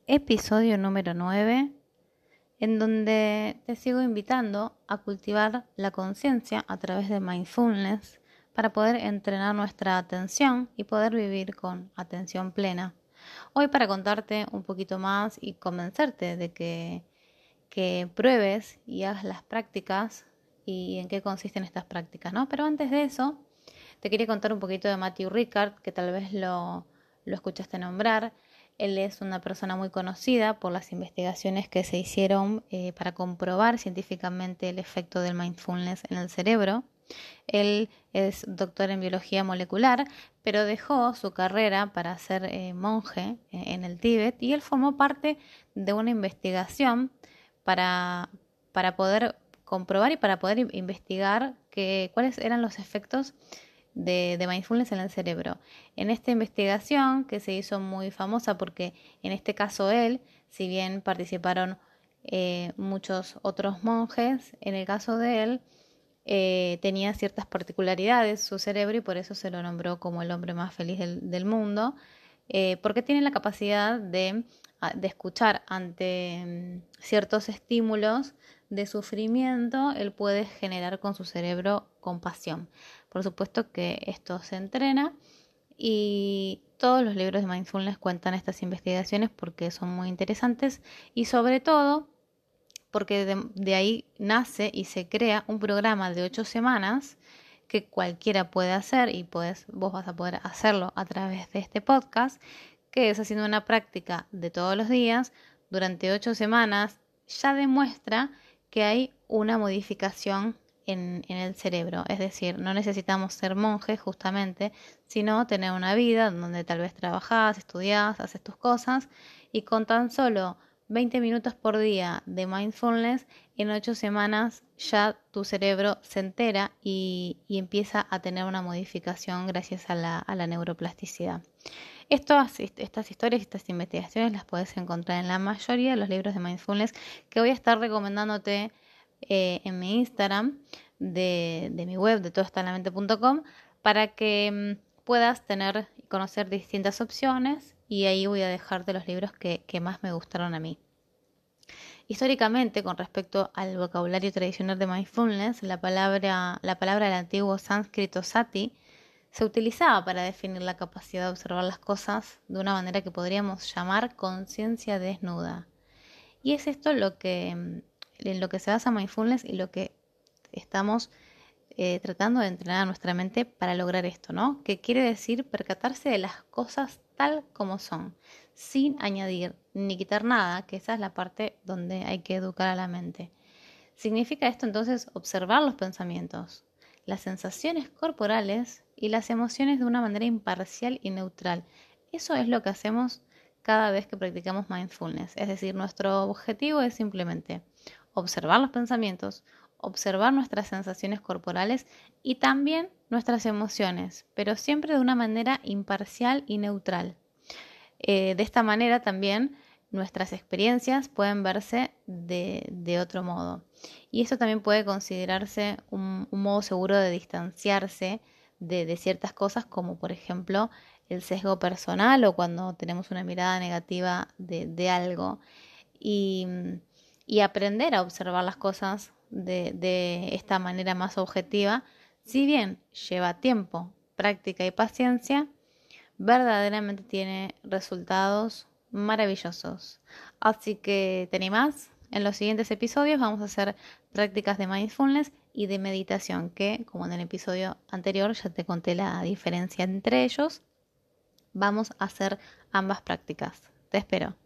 episodio número 9, en donde te sigo invitando a cultivar la conciencia a través de mindfulness para poder entrenar nuestra atención y poder vivir con atención plena. Hoy para contarte un poquito más y convencerte de que pruebes y hagas las prácticas y en qué consisten estas prácticas, ¿no? Pero antes de eso, te quería contar un poquito de Matthew Ricard, que tal vez lo escuchaste nombrar. Él es una persona muy conocida por las investigaciones que se hicieron para comprobar científicamente el efecto del mindfulness en el cerebro. Él es doctor en biología molecular, pero dejó su carrera para ser monje en el Tíbet, y él formó parte de una investigación para poder comprobar y para poder investigar cuáles eran los efectos de mindfulness en el cerebro. En esta investigación, que se hizo muy famosa porque en este caso él, si bien participaron muchos otros monjes, en el caso de él tenía ciertas particularidades su cerebro y por eso se lo nombró como el hombre más feliz del mundo, porque tiene la capacidad de escuchar ante ciertos estímulos de sufrimiento. Él puede generar con su cerebro compasión. Por supuesto que esto se entrena y todos los libros de mindfulness cuentan estas investigaciones porque son muy interesantes y sobre todo porque de ahí nace y se crea un programa de 8 semanas que cualquiera puede hacer y vos vas a poder hacerlo a través de este podcast, que es haciendo una práctica de todos los días durante 8 semanas. Ya demuestra que hay una modificación en el cerebro. Es decir, no necesitamos ser monjes justamente, sino tener una vida donde tal vez trabajás, estudiás, haces tus cosas, y con tan solo 20 minutos por día de mindfulness, en 8 semanas ya tu cerebro se entera y empieza a tener una modificación gracias a la neuroplasticidad. Estas historias y estas investigaciones las puedes encontrar en la mayoría de los libros de mindfulness que voy a estar recomendándote en mi Instagram, de mi web, de todoestaenlamente.com, para que puedas tener y conocer distintas opciones, y ahí voy a dejarte los libros que más me gustaron a mí. Históricamente, con respecto al vocabulario tradicional de mindfulness, la palabra del antiguo sánscrito sati se utilizaba para definir la capacidad de observar las cosas de una manera que podríamos llamar conciencia desnuda. Y es esto en lo que se basa mindfulness y lo que estamos tratando de entrenar a nuestra mente para lograr esto, ¿no? Que quiere decir percatarse de las cosas tal como son, sin añadir ni quitar nada, que esa es la parte donde hay que educar a la mente. Significa esto entonces observar los pensamientos, las sensaciones corporales y las emociones de una manera imparcial y neutral. Eso es lo que hacemos cada vez que practicamos mindfulness. Es decir, nuestro objetivo es simplemente observar los pensamientos, observar nuestras sensaciones corporales y también nuestras emociones, pero siempre de una manera imparcial y neutral. De esta manera también nuestras experiencias pueden verse de otro modo. Y esto también puede considerarse un modo seguro de distanciarse de ciertas cosas, como por ejemplo el sesgo personal o cuando tenemos una mirada negativa de algo. Y aprender a observar las cosas de esta manera más objetiva, si bien lleva tiempo, práctica y paciencia, verdaderamente tiene resultados maravillosos. Así que te animás. En los siguientes episodios vamos a hacer prácticas de mindfulness y de meditación, que como en el episodio anterior ya te conté la diferencia entre ellos. Vamos a hacer ambas prácticas. Te espero.